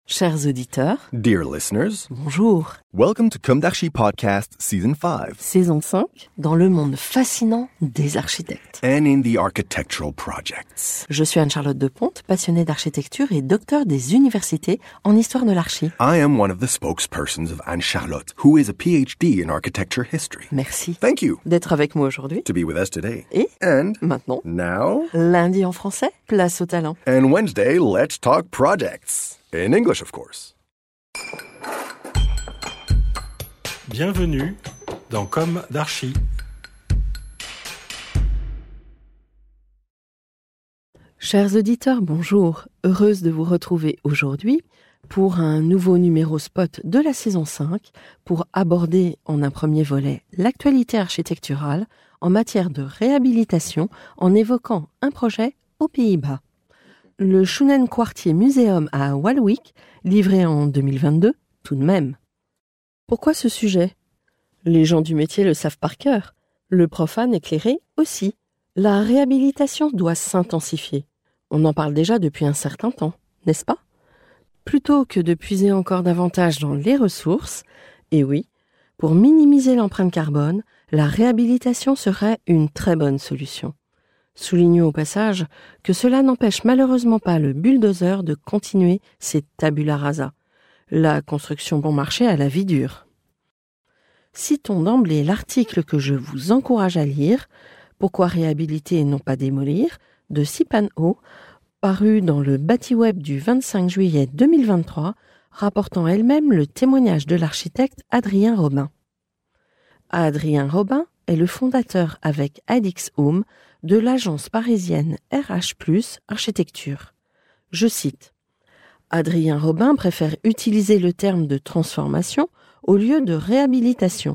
Chers auditeurs, Dear listeners, bonjour. welcome to Comme d'Archi Podcast Season 5 Saison 5, dans le monde fascinant des architectes. and in the architectural projects. Je suis Anne-Charlotte Deponte, passionnée d'architecture et docteur des universités en histoire de l'archi. I am one of the spokespersons of Anne-Charlotte, who is a PhD in architecture history. Merci Thank you d'être avec moi aujourd'hui. to be with us today. Et And maintenant, now, lundi en français, place au talent. and Wednesday, let's talk projects. In English, of course. Bienvenue dans Comme d'Archi. Chers auditeurs, bonjour. Heureuse de vous retrouver aujourd'hui pour un nouveau numéro spot de la saison 5 pour aborder en un premier volet l'actualité architecturale en matière de réhabilitation en évoquant un projet aux Pays-Bas. Le Schoenen Quartier Museum à Walwick, livré en 2022, tout de même. Pourquoi ce sujet ? Les gens du métier le savent par cœur. Le profane éclairé aussi. La réhabilitation doit s'intensifier. On en parle déjà depuis un certain temps, n'est-ce pas ? Plutôt que de puiser encore davantage dans les ressources, et oui, pour minimiser l'empreinte carbone, la réhabilitation serait une très bonne solution. Soulignons au passage que cela n'empêche malheureusement pas le bulldozer de continuer ses tabula rasa, la construction bon marché à la vie dure. Citons d'emblée l'article que je vous encourage à lire, Pourquoi réhabiliter et non pas démolir, de Sipan Ho, paru dans le Batiweb du 25 juillet 2023, rapportant elle-même le témoignage de l'architecte Adrien Robin. Adrien Robin est le fondateur avec Alix Home de l'agence parisienne RH+ Architecture. Je cite, Adrien Robin préfère utiliser le terme de transformation au lieu de réhabilitation.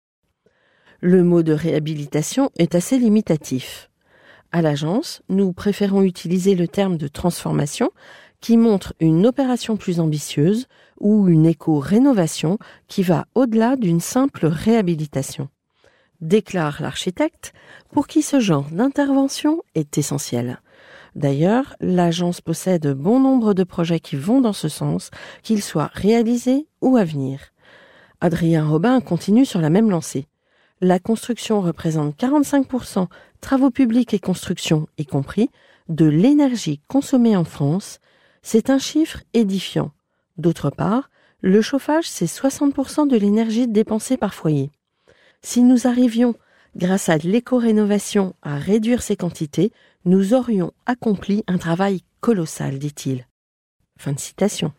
Le mot de réhabilitation est assez limitatif. À l'agence, nous préférons utiliser le terme de transformation qui montre une opération plus ambitieuse ou une éco-rénovation qui va au-delà d'une simple réhabilitation. Déclare l'architecte, pour qui ce genre d'intervention est essentiel. D'ailleurs, l'agence possède bon nombre de projets qui vont dans ce sens, qu'ils soient réalisés ou à venir. Adrien Robin continue sur la même lancée. La construction représente 45%, travaux publics et construction y compris, de l'énergie consommée en France. C'est un chiffre édifiant. D'autre part, le chauffage, c'est 60% de l'énergie dépensée par foyer. Si nous arrivions, grâce à l'éco-rénovation, à réduire ces quantités, nous aurions accompli un travail colossal, dit-il. Fin de citation.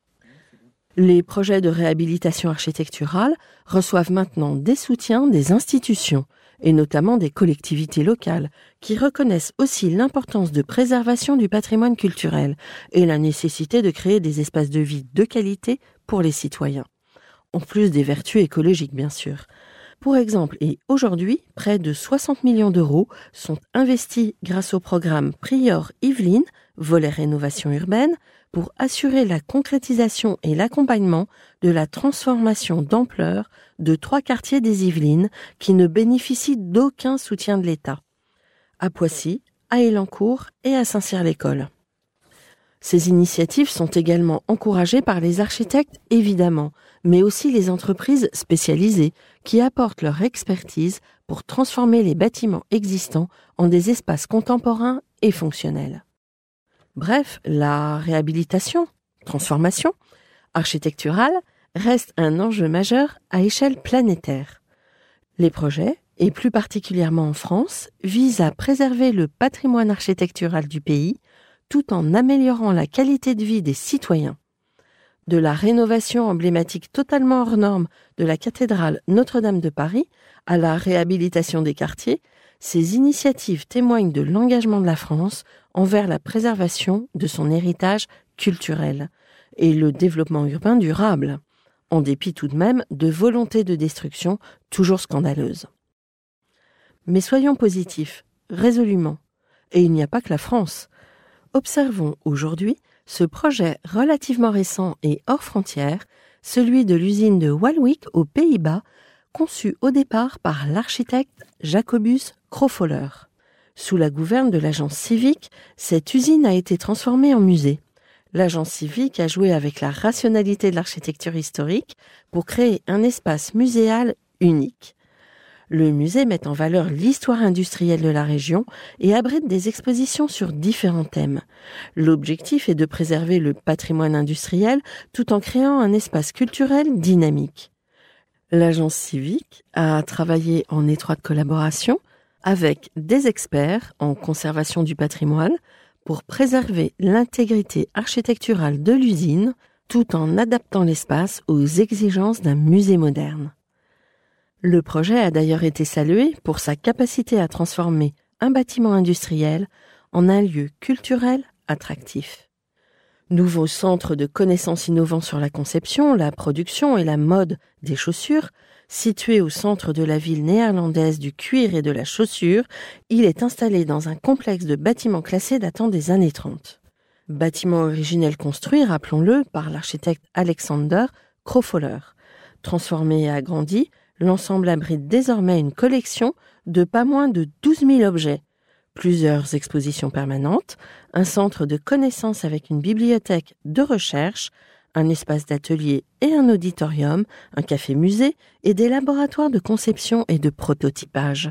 Les projets de réhabilitation architecturale reçoivent maintenant des soutiens des institutions, et notamment des collectivités locales, qui reconnaissent aussi l'importance de préservation du patrimoine culturel et la nécessité de créer des espaces de vie de qualité pour les citoyens. En plus des vertus écologiques, bien sûr. Pour exemple, et aujourd'hui, près de 60 millions d'euros sont investis grâce au programme Prior-Yvelines, volet rénovation urbaine, pour assurer la concrétisation et l'accompagnement de la transformation d'ampleur de 3 quartiers des Yvelines qui ne bénéficient d'aucun soutien de l'État. À Poissy, à Élancourt et à Saint-Cyr-l'École. Ces initiatives sont également encouragées par les architectes, évidemment, mais aussi les entreprises spécialisées qui apportent leur expertise pour transformer les bâtiments existants en des espaces contemporains et fonctionnels. Bref, la réhabilitation, transformation architecturale reste un enjeu majeur à échelle planétaire. Les projets, et plus particulièrement en France, visent à préserver le patrimoine architectural du pays tout en améliorant la qualité de vie des citoyens. De la rénovation emblématique totalement hors norme de la cathédrale Notre-Dame de Paris à la réhabilitation des quartiers, ces initiatives témoignent de l'engagement de la France envers la préservation de son héritage culturel et le développement urbain durable, en dépit tout de même de volontés de destruction toujours scandaleuses. Mais soyons positifs, résolument, et il n'y a pas que la France. Observons aujourd'hui ce projet relativement récent et hors frontières, celui de l'usine de Walwick aux Pays-Bas, conçu au départ par l'architecte Jacobus Croföller. Sous la gouverne de l'agence civique, cette usine a été transformée en musée. l'agence civique a joué avec la rationalité de l'architecture historique pour créer un espace muséal unique. Le musée met en valeur l'histoire industrielle de la région et abrite des expositions sur différents thèmes. L'objectif est de préserver le patrimoine industriel tout en créant un espace culturel dynamique. L'agence civique a travaillé en étroite collaboration avec des experts en conservation du patrimoine pour préserver l'intégrité architecturale de l'usine tout en adaptant l'espace aux exigences d'un musée moderne. Le projet a d'ailleurs été salué pour sa capacité à transformer un bâtiment industriel en un lieu culturel attractif. Nouveau centre de connaissances innovants sur la conception, la production et la mode des chaussures, situé au centre de la ville néerlandaise du cuir et de la chaussure, il est installé dans un complexe de bâtiments classés datant des années 30. Bâtiment originel construit, rappelons-le, par l'architecte Alexander Krofoller. Transformé et agrandi, l'ensemble abrite désormais une collection de pas moins de 12 000 objets, plusieurs expositions permanentes, un centre de connaissances avec une bibliothèque de recherche, un espace d'atelier et un auditorium, un café-musée et des laboratoires de conception et de prototypage.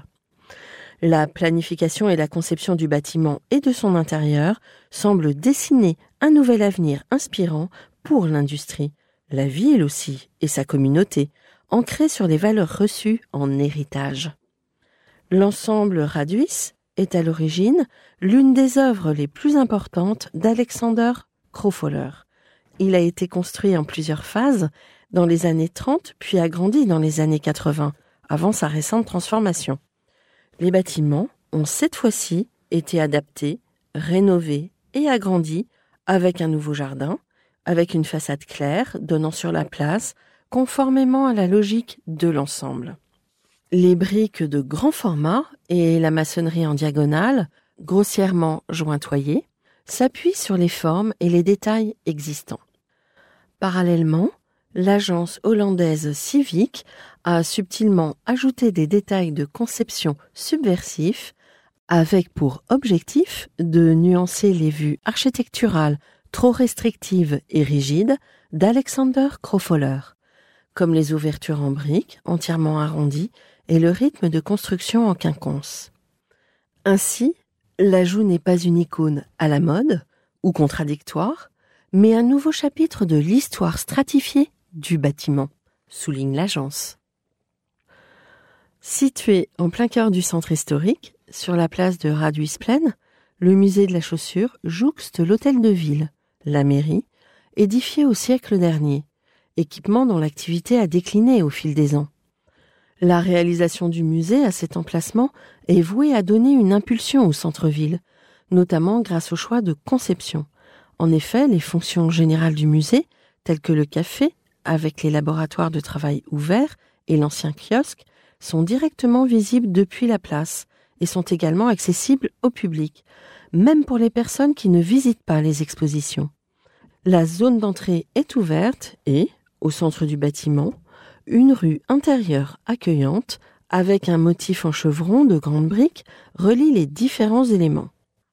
La planification et la conception du bâtiment et de son intérieur semblent dessiner un nouvel avenir inspirant pour l'industrie, la ville aussi et sa communauté, ancrée sur les valeurs reçues en héritage. L'ensemble Raduis est à l'origine l'une des œuvres les plus importantes d'Alexander Krofoller. Il a été construit en plusieurs phases dans les années 30 puis agrandi dans les années 80, avant sa récente transformation. Les bâtiments ont cette fois-ci été adaptés, rénovés et agrandis avec un nouveau jardin, avec une façade claire donnant sur la place, conformément à la logique de l'ensemble. Les briques de grand format et la maçonnerie en diagonale, grossièrement jointoyées, s'appuient sur les formes et les détails existants. Parallèlement, l'agence hollandaise Civic a subtilement ajouté des détails de conception subversifs avec pour objectif de nuancer les vues architecturales trop restrictives et rigides d'Alexander Krofoller, comme les ouvertures en briques entièrement arrondies et le rythme de construction en quinconce. Ainsi, l'ajout n'est pas une icône à la mode ou contradictoire, mais un nouveau chapitre de l'histoire stratifiée du bâtiment, souligne l'agence. Situé en plein cœur du centre historique, sur la place de Raduisplein, le musée de la chaussure jouxte l'hôtel de ville, la mairie, édifié au siècle dernier, équipement dont l'activité a décliné au fil des ans. La réalisation du musée à cet emplacement est vouée à donner une impulsion au centre-ville, notamment grâce au choix de conception. En effet, les fonctions générales du musée, telles que le café, avec les laboratoires de travail ouverts et l'ancien kiosque, sont directement visibles depuis la place et sont également accessibles au public, même pour les personnes qui ne visitent pas les expositions. La zone d'entrée est ouverte et, au centre du bâtiment, une rue intérieure accueillante avec un motif en chevron de grandes briques relie les différents éléments.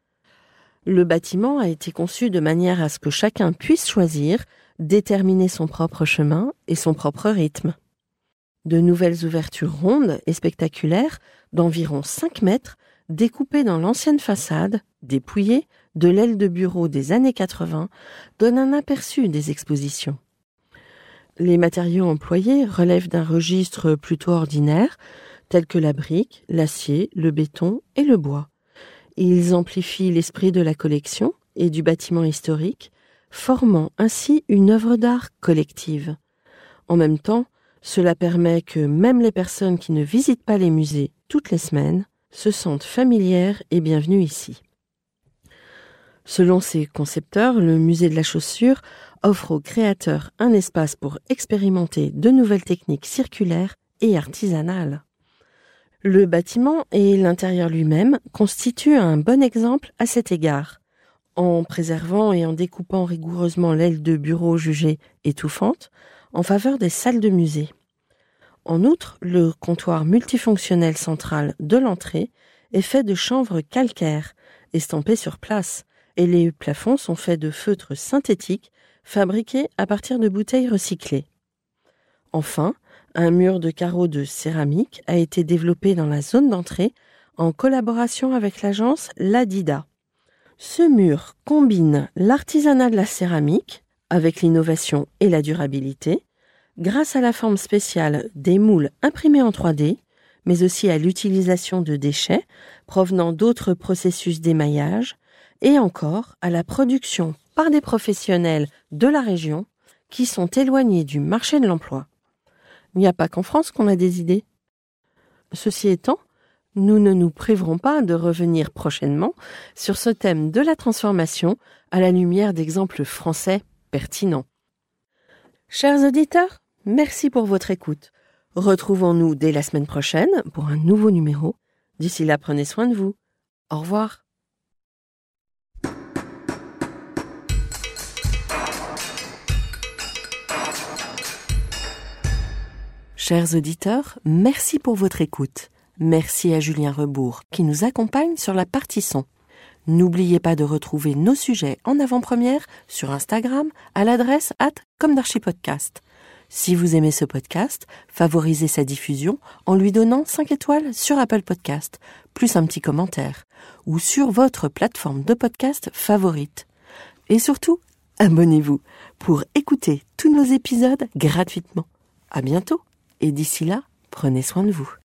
Le bâtiment a été conçu de manière à ce que chacun puisse choisir, déterminer son propre chemin et son propre rythme. De nouvelles ouvertures rondes et spectaculaires d'environ 5 mètres, découpées dans l'ancienne façade, dépouillée de l'aile de bureau des années 80, donnent un aperçu des expositions. Les matériaux employés relèvent d'un registre plutôt ordinaire, tels que la brique, l'acier, le béton et le bois. Ils amplifient l'esprit de la collection et du bâtiment historique, formant ainsi une œuvre d'art collective. En même temps, cela permet que même les personnes qui ne visitent pas les musées toutes les semaines se sentent familières et bienvenues ici. Selon ses concepteurs, le musée de la chaussure offre aux créateurs un espace pour expérimenter de nouvelles techniques circulaires et artisanales. Le bâtiment et l'intérieur lui-même constituent un bon exemple à cet égard. En préservant et en découpant rigoureusement l'aile de bureau jugée étouffante en faveur des salles de musée. En outre, le comptoir multifonctionnel central de l'entrée est fait de chanvre calcaire, estampé sur place, et les plafonds sont faits de feutres synthétiques fabriqués à partir de bouteilles recyclées. Enfin, un mur de carreaux de céramique a été développé dans la zone d'entrée en collaboration avec l'agence Ladida. Ce mur combine l'artisanat de la céramique avec l'innovation et la durabilité, grâce à la forme spéciale des moules imprimés en 3D, mais aussi à l'utilisation de déchets provenant d'autres processus d'émaillage et encore à la production par des professionnels de la région qui sont éloignés du marché de l'emploi. Il n'y a pas qu'en France qu'on a des idées. Ceci étant, nous ne nous priverons pas de revenir prochainement sur ce thème de la transformation à la lumière d'exemples français pertinents. Chers auditeurs, merci pour votre écoute. Retrouvons-nous dès la semaine prochaine pour un nouveau numéro. D'ici là, prenez soin de vous. Au revoir. Chers auditeurs, merci pour votre écoute. Merci à Julien Rebourg qui nous accompagne sur la partie son. N'oubliez pas de retrouver nos sujets en avant-première sur Instagram à l'adresse @comdarchipodcast. Si vous aimez ce podcast, favorisez sa diffusion en lui donnant 5 étoiles sur Apple Podcast, plus un petit commentaire, ou sur votre plateforme de podcast favorite. Et surtout, abonnez-vous pour écouter tous nos épisodes gratuitement. À bientôt, et d'ici là, prenez soin de vous.